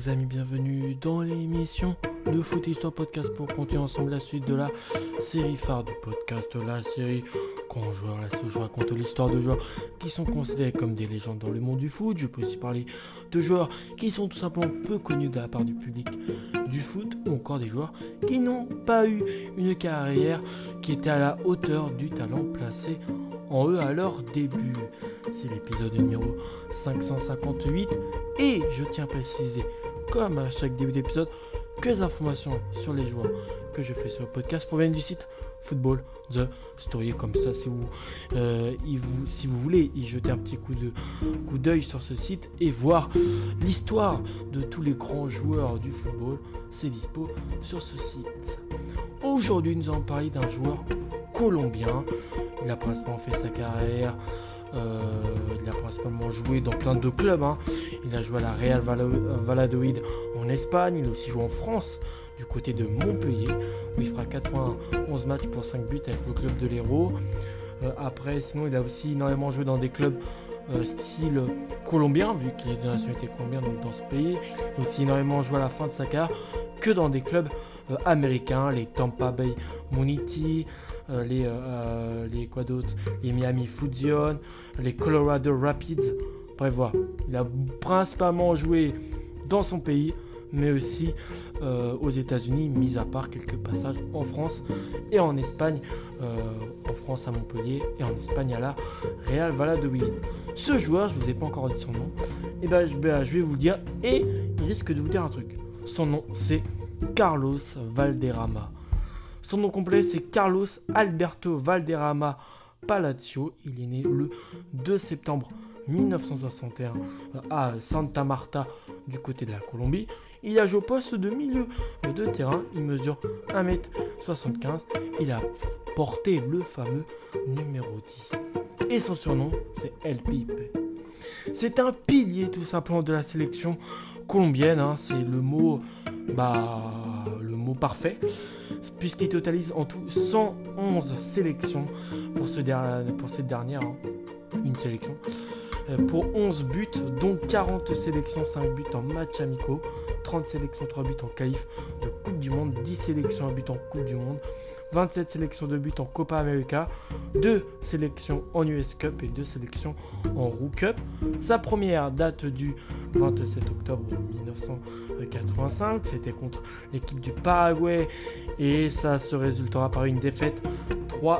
les amis, bienvenue dans l'émission de Foot Histoire Podcast pour continuer ensemble la suite de la série phare du podcast, la série Grands Joueurs. La série où je raconte l'histoire de joueurs qui sont considérés comme des légendes dans le monde du foot. Je peux aussi parler de joueurs qui sont tout simplement peu connus de la part du public du foot, ou encore des joueurs qui n'ont pas eu une carrière qui était à la hauteur du talent placé en eux à leur début. C'est l'épisode numéro 558 et je tiens à préciser, comme à chaque début d'épisode, que les informations sur les joueurs que je fais sur le podcast proviennent du site Football The Story. Comme ça, si vous voulez y jeter un petit coup d'œil sur ce site et voir l'histoire de tous les grands joueurs du football, c'est dispo sur ce site. Aujourd'hui, nous allons parler d'un joueur colombien. Il a principalement fait sa carrière, il a principalement joué dans plein de clubs. Il a joué à la Real Valladolid en Espagne, il a aussi joué en France, du côté de Montpellier, où il fera 91 matchs pour 5 buts avec le club de l'Hérault. Après, sinon, il a aussi énormément joué dans des clubs style colombien, vu qu'il est de nationalité colombienne, donc dans ce pays. Il a aussi énormément joué à la fin de sa carrière que dans des clubs américains, les Tampa Bay Monity, les Miami Fusion, les Colorado Rapids. Bref, voilà. Il a principalement joué dans son pays, mais aussi aux États-Unis, mis à part quelques passages en France et en Espagne. En France à Montpellier et en Espagne à la Real Valladolid. Ce joueur, je ne vous ai pas encore dit son nom, et je vais vous le dire, et il risque de vous dire un truc. Son nom, c'est Carlos Valderrama. Son nom complet, c'est Carlos Alberto Valderrama Palacio. Il est né le 2 septembre 1961 à Santa Marta, du côté de la Colombie. Il a joué au poste de milieu de terrain. Il mesure 1m75. Il a porté le fameux numéro 10. Et son surnom, c'est El Pipe. C'est un pilier tout simplement de la sélection colombienne. C'est le mot parfait, puisqu'il totalise en tout 111 sélections pour cette dernière, une sélection, pour 11 buts, dont 40 sélections, 5 buts en matchs amicaux, 30 sélections, 3 buts en qualif de Coupe du Monde, 10 sélections, 1 but en Coupe du Monde, 27 sélections de buts en Copa América, 2 sélections en US Cup et 2 sélections en Roux Cup. Sa première date du 27 octobre 1985, c'était contre l'équipe du Paraguay et ça se résultera par une défaite 3-0.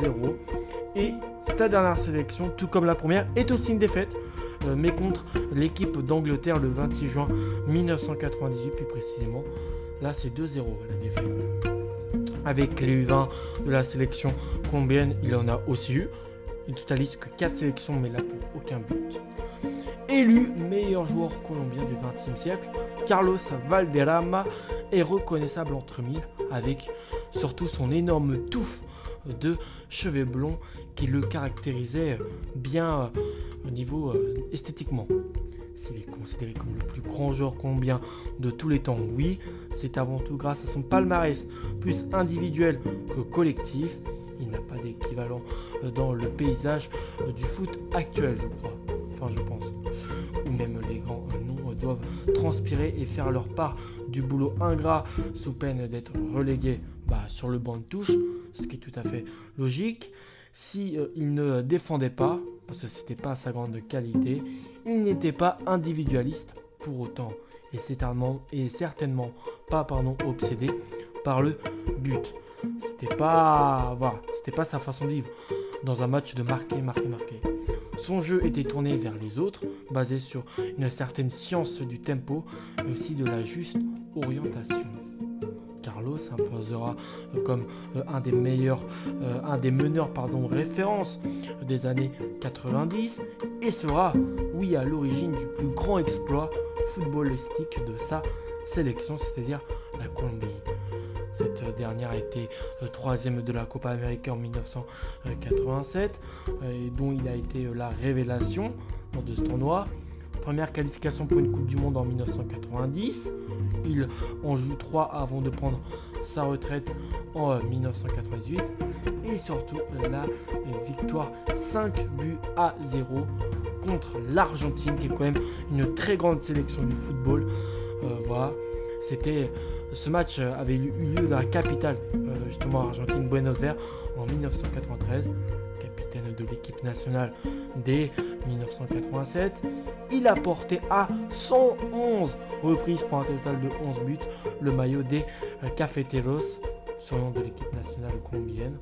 Et sa dernière sélection, tout comme la première, est aussi une défaite, mais contre l'équipe d'Angleterre le 26 juin 1998, plus précisément. Là, c'est 2-0 la défaite. Avec les U20 de la sélection colombienne, il en a aussi eu. Il ne totalise que 4 sélections, mais là pour aucun but. Élu meilleur joueur colombien du XXe siècle, Carlos Valderrama est reconnaissable entre mille, avec surtout son énorme touffe de cheveux blonds qui le caractérisait bien au niveau esthétiquement. S'il est considéré comme le plus grand joueur colombien de tous les temps, oui, c'est avant tout grâce à son palmarès plus individuel que collectif. Il n'a pas d'équivalent dans le paysage du foot actuel, je crois. Enfin, je pense. Ou même les grands noms doivent transpirer et faire leur part du boulot ingrat sous peine d'être relégués sur le banc de touche, ce qui est tout à fait logique. Si il ne défendait pas, parce que c'était pas sa grande qualité, il n'était pas individualiste pour autant, et certainement pas obsédé par le but. C'était pas sa façon de vivre. Dans un match de marquer. Son jeu était tourné vers les autres, basé sur une certaine science du tempo, mais aussi de la juste orientation. Carlos s'imposera comme un des meneurs références des années 90 et sera, à l'origine du plus grand exploit footballistique de sa sélection, c'est-à-dire la Colombie. Cette dernière a été troisième de la Copa América en 1987, et dont il a été la révélation lors de ce tournoi. Première qualification pour une Coupe du Monde en 1990. Il en joue 3 avant de prendre sa retraite en 1998. Et surtout la victoire 5 buts à 0 contre l'Argentine, qui est quand même une très grande sélection du football Voilà, ce match avait eu lieu dans la capitale, justement argentine, Buenos Aires, en 1993. Capitaine de l'équipe nationale dès 1987. Il a porté à 111 reprises pour un total de 11 buts le maillot des Cafeteros, surnom de l'équipe nationale colombienne.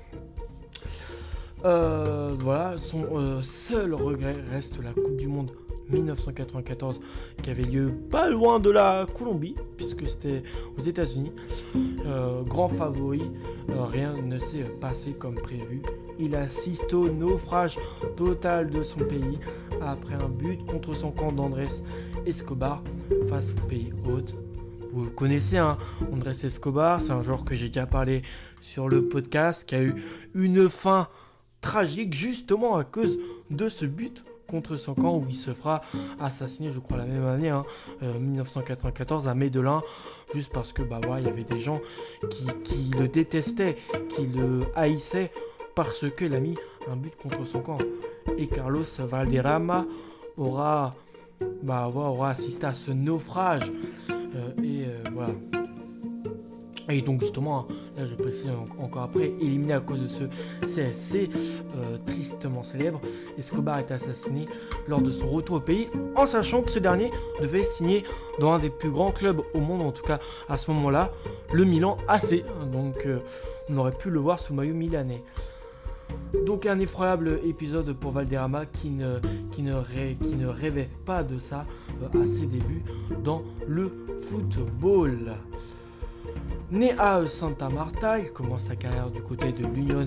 Voilà, son seul regret reste la Coupe du Monde 1994 qui avait lieu pas loin de la Colombie puisque c'était aux États-Unis. Grand favori, rien ne s'est passé comme prévu. Il assiste au naufrage total de son pays après un but contre son camp d'Andrés Escobar face au pays hôte. Vous le connaissez, hein, Andrés Escobar, c'est un joueur que j'ai déjà parlé sur le podcast qui a eu une fin tragique justement à cause de ce but contre son camp où il se fera assassiner, je crois la même année, 1994 à Medellín, juste parce que il y avait des gens qui le détestaient, qui le haïssaient parce qu'il a mis un but contre son camp. Et Carlos Valderrama aura assisté à ce naufrage. Voilà. Et donc justement, là je précise encore après, éliminé à cause de ce CSC tristement célèbre, Escobar est assassiné lors de son retour au pays, en sachant que ce dernier devait signer dans un des plus grands clubs au monde, en tout cas à ce moment-là, le Milan AC. Donc on aurait pu le voir sous maillot milanais. Donc un effroyable épisode pour Valderrama qui ne rêvait pas de ça à ses débuts dans le football. Né à Santa Marta, il commence sa carrière du côté de l'Union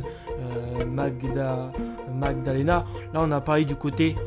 Magdalena. Là, on a parlé du côté,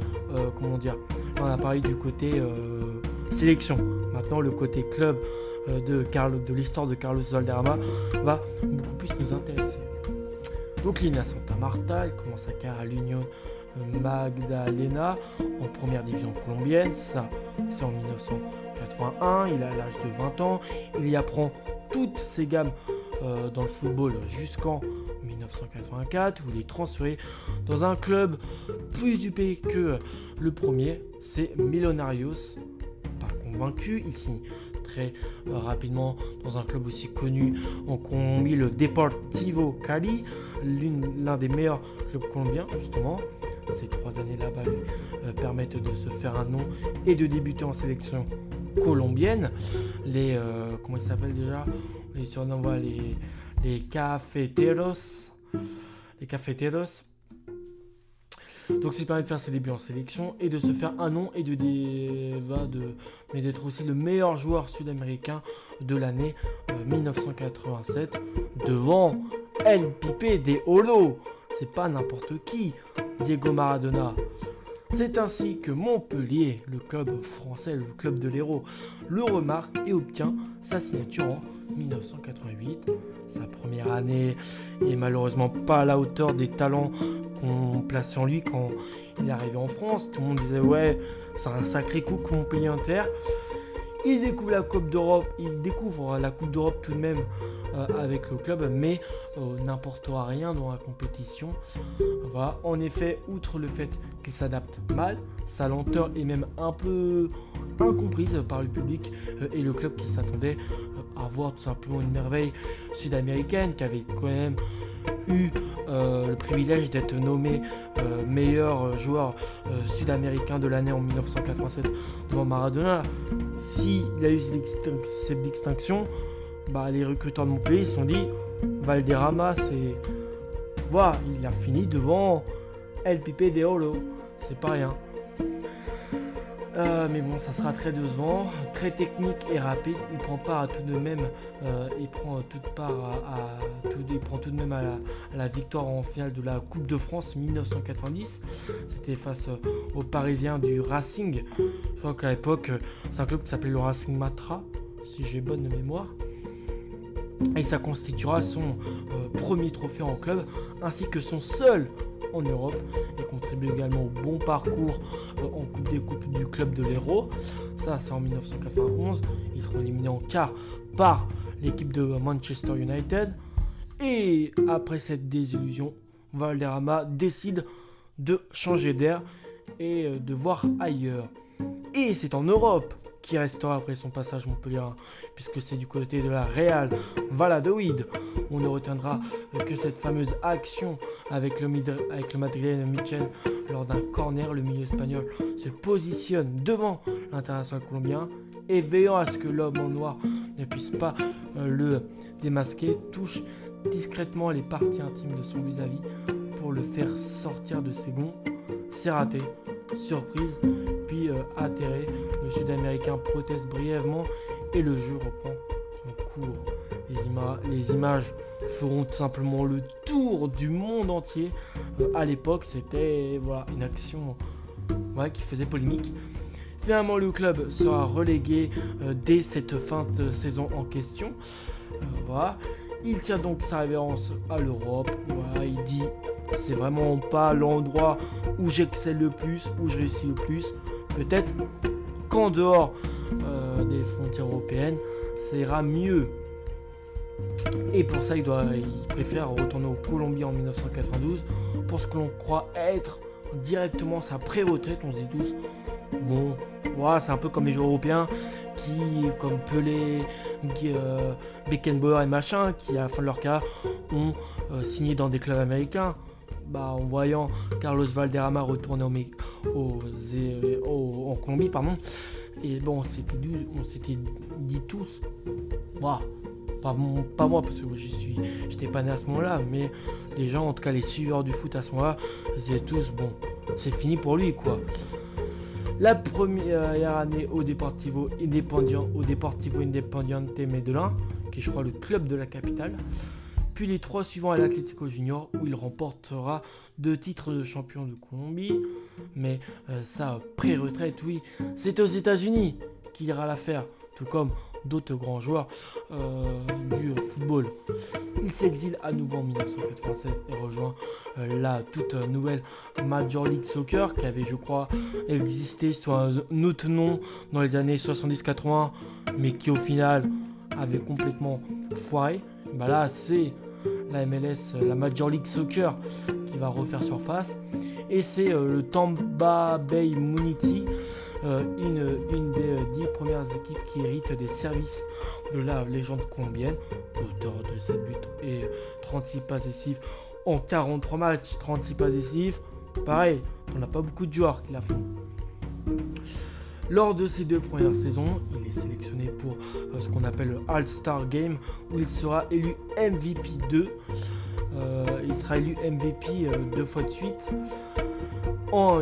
sélection. Maintenant, le côté club de l'histoire de Carlos Valderrama va beaucoup plus nous intéresser. Donc, il est né à Santa Marta, il commence sa carrière à l'Union Magdalena en première division colombienne. Ça, c'est en 1981. Il a l'âge de 20 ans. Il y apprend toutes ses gammes dans le football jusqu'en 1984 où il est transféré dans un club plus huppé que le premier, c'est Millonarios. Pas convaincu, il signe très rapidement dans un club aussi connu en Colombie, le Deportivo Cali, l'un des meilleurs clubs colombiens justement. Ces 3 années là-bas lui permettent de se faire un nom et de débuter en sélection colombienne. Comment ils s'appellent déjà? Les surnoms, les Cafeteros. Les Cafeteros. Donc ça lui permet de faire ses débuts en sélection et de se faire un nom et mais d'être aussi le meilleur joueur sud-américain de l'année 1987 devant El Pipe de Oro. C'est pas n'importe qui, Diego Maradona. C'est ainsi que Montpellier, le club français, le club de l'Hérault, le remarque et obtient sa signature en 1988. Sa première année est malheureusement pas à la hauteur des talents qu'on plaçait en lui quand il est arrivé en France. Tout le monde disait ouais, c'est un sacré coup que Montpellier Inter. Il découvre la Coupe d'Europe, tout de même avec le club, mais n'importera rien dans la compétition. Voilà. En effet, outre le fait qu'il s'adapte mal, sa lenteur est même un peu incomprise par le public et le club qui s'attendait à voir tout simplement une merveille sud-américaine qui avait quand même eu le privilège d'être nommé meilleur joueur sud-américain de l'année en 1987 devant Maradona. S'il a eu cette distinction, les recruteurs de Montpellier se sont dit Valderrama, il a fini devant El Pipe de Oro, c'est pas rien. Mais bon, ça sera très décevant, très technique et rapide. Il prend tout de même à la victoire en finale de la Coupe de France 1990. C'était face aux Parisiens du Racing. Je crois qu'à l'époque, c'est un club qui s'appelait le Racing Matra, si j'ai bonne mémoire. Et ça constituera son premier trophée en club, ainsi que son seul en Europe, et contribue également au bon parcours en Coupe des Coupes du club de l'Hérault. Ça, c'est en 1991. Ils seront éliminés en quart par l'équipe de Manchester United. Et après cette désillusion, Valderrama décide de changer d'air et de voir ailleurs. Et c'est en Europe qui restera après son passage Montpellier, puisque c'est du côté de la Real Valladolid. On ne retiendra que cette fameuse action avec le Madrilène Michel lors d'un corner. Le milieu espagnol se positionne devant l'international colombien et veillant à ce que l'homme en noir ne puisse pas le démasquer, touche discrètement les parties intimes de son vis-à-vis pour le faire sortir de ses gonds. C'est raté, surprise, puis atterré. Le Sud-Américain proteste brièvement et le jeu reprend son cours. Les images feront tout simplement le tour du monde entier. À l'époque, c'était une action qui faisait polémique. Finalement, le club sera relégué dès cette fin de saison en question. Il tire donc sa révérence à l'Europe. Il dit c'est vraiment pas l'endroit où j'excelle le plus, où je réussis le plus. Peut-être qu'en dehors des frontières européennes, ça ira mieux. Et pour ça, il préfère retourner au Colombie en 1992 pour ce que l'on croit être directement sa pré-retraite. On se dit tous, c'est un peu comme les joueurs européens qui, comme Pelé, Beckenbauer et machin, qui à la fin de leur carrière ont signé dans des clubs américains. En voyant Carlos Valderrama retourner en Colombie, et on s'était dit tous, pas moi parce que j'étais pas né à ce moment-là, mais les gens, en tout cas les suiveurs du foot à ce moment-là, ils disaient tous, c'est fini pour lui quoi. La première année au Deportivo Independiente Medellín, qui est je crois le club de la capitale, puis les 3 suivants à l'Atlético Junior où il remportera 2 titres de champion de Colombie, mais sa pré-retraite, c'est aux États-Unis qu'il ira la faire, tout comme d'autres grands joueurs du football. Il s'exile à nouveau en 1996 et rejoint la toute nouvelle Major League Soccer qui avait, je crois, existé sous un autre nom dans les années 70-80, mais qui au final avait complètement foiré. Là, c'est la MLS, la Major League Soccer, qui va refaire surface. Et c'est le Tampa Bay Munity, une des 10 premières équipes qui héritent des services de la légende colombienne, auteur de 7 buts et 36 passes décisives en 43 matchs, 36 passes décisives. Pareil, on n'a pas beaucoup de joueurs qui la font. Lors de ses 2 premières saisons, il est sélectionné pour ce qu'on appelle le All-Star Game, où il sera élu MVP 2. Il sera élu MVP 2 fois de suite en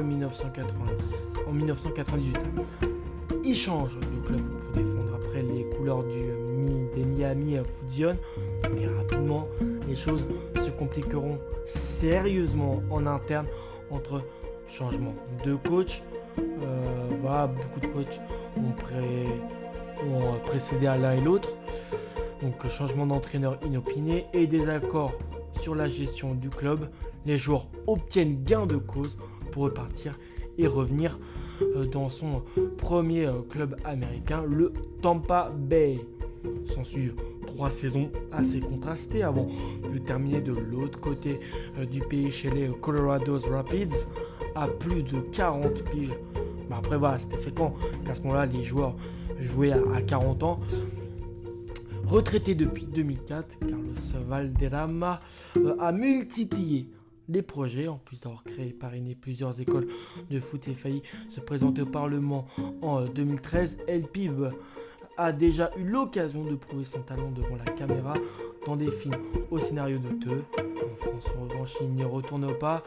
1998. Il change de club pour défendre après les couleurs des Miami Fusion, mais rapidement les choses se compliqueront sérieusement en interne entre changement de coach. Beaucoup de coachs ont précédé à l'un et l'autre. Donc changement d'entraîneur inopiné et désaccord sur la gestion du club. Les joueurs obtiennent gain de cause pour repartir et revenir dans son premier club américain, le Tampa Bay. S'ensuivent 3 saisons assez contrastées avant de terminer de l'autre côté du pays chez les Colorado Rapids à plus de 40 piges. Après c'était fréquent qu'à ce moment-là les joueurs jouaient à 40 ans. Retraité depuis 2004, Carlos Valderrama a multiplié les projets, en plus d'avoir créé et parrainé plusieurs écoles de foot et failli se présenter au Parlement en 2013. El Pib a déjà eu l'occasion de prouver son talent devant la caméra dans des films au scénario douteux. En France, en revanche, il n'y retournera pas.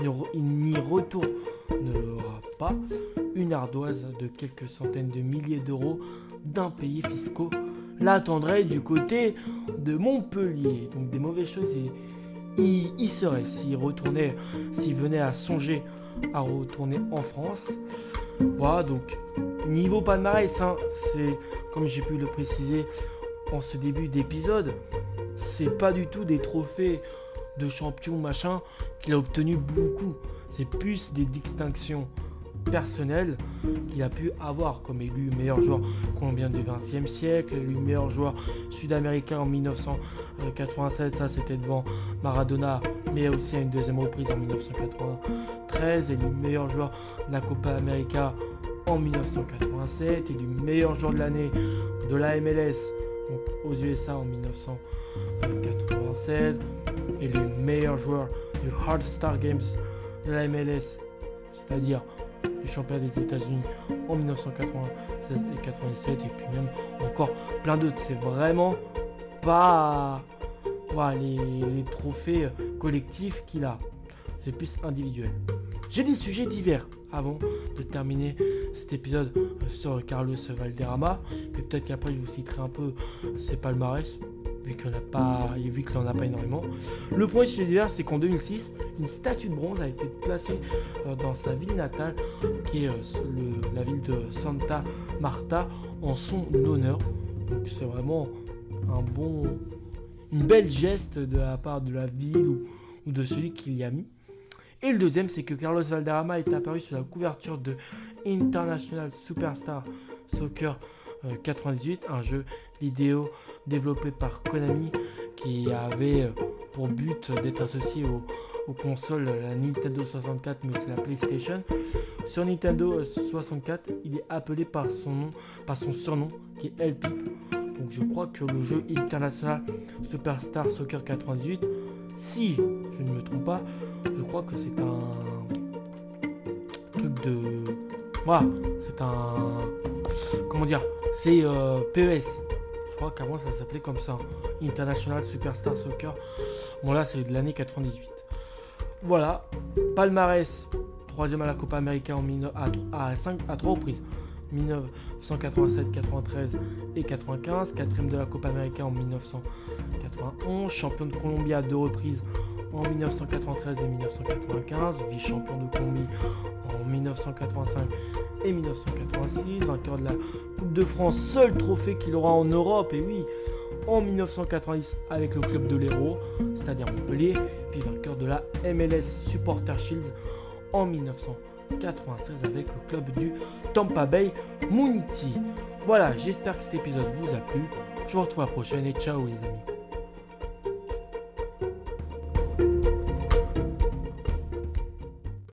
Une ardoise de quelques centaines de milliers d'euros d'impayés fiscaux l'attendrait du côté de Montpellier. Donc des mauvaises choses, il serait s'il venait à songer à retourner en France. Donc niveau palmarès, c'est comme j'ai pu le préciser en ce début d'épisode, c'est pas du tout des trophées de champion machin qu'il a obtenu beaucoup, c'est plus des distinctions personnelles qu'il a pu avoir, comme élu meilleur joueur colombien du XXe siècle, élu meilleur joueur sud-américain en 1987, ça c'était devant Maradona, mais aussi à une deuxième reprise en 1993, élu meilleur joueur de la Copa América en 1987, élu meilleur joueur de l'année de la MLS donc aux USA en 1996, élu meilleur joueur du All-Star Games de la MLS, c'est-à-dire du championnat des États-Unis en 1996 et 97, et puis même encore plein d'autres. C'est vraiment pas les trophées collectifs qu'il a, c'est plus individuel. J'ai des sujets divers avant de terminer cet épisode sur Carlos Valderrama, et peut-être qu'après je vous citerai un peu ses palmarès vu qu'il n'en a pas énormément. Le premier sujet divers, c'est qu'en 2006, une statue de bronze a été placée dans sa ville natale, qui est la ville de Santa Marta, en son honneur. Donc c'est vraiment une belle geste de la part de la ville ou de celui qui l'y a mis. Et le deuxième, c'est que Carlos Valderrama est apparu sur la couverture de International Superstar Soccer 98, un jeu vidéo développé par Konami qui avait pour but d'être associé aux consoles la Nintendo 64 mais aussi la PlayStation. Sur Nintendo 64, il est appelé par son surnom qui est El Pipe. Donc je crois que le jeu International Superstar Soccer 98, si je ne me trompe pas, je crois que c'est un truc de... Voilà, c'est un... Comment dire? C'est PES. Je crois qu'avant ça s'appelait comme ça. International Superstar Soccer. Bon là c'est de l'année 98. Voilà. Palmarès. 3e à la Copa América à 3 reprises. 1987, 93 et 95. 4e de la Copa América en 1991. Champion de Colombie à 2 reprises en 1993 et 1995. Vice-champion de Colombie en 1985 et 1986. Vainqueur de la Coupe de France, seul trophée qu'il aura en Europe, et oui, en 1990 avec le club de l'Hérault, c'est-à-dire Montpellier, puis vainqueur de la MLS Supporter Shield en 1996 avec le club du Tampa Bay Moonity. Voilà, j'espère que cet épisode vous a plu. Je vous retrouve à la prochaine et ciao les amis.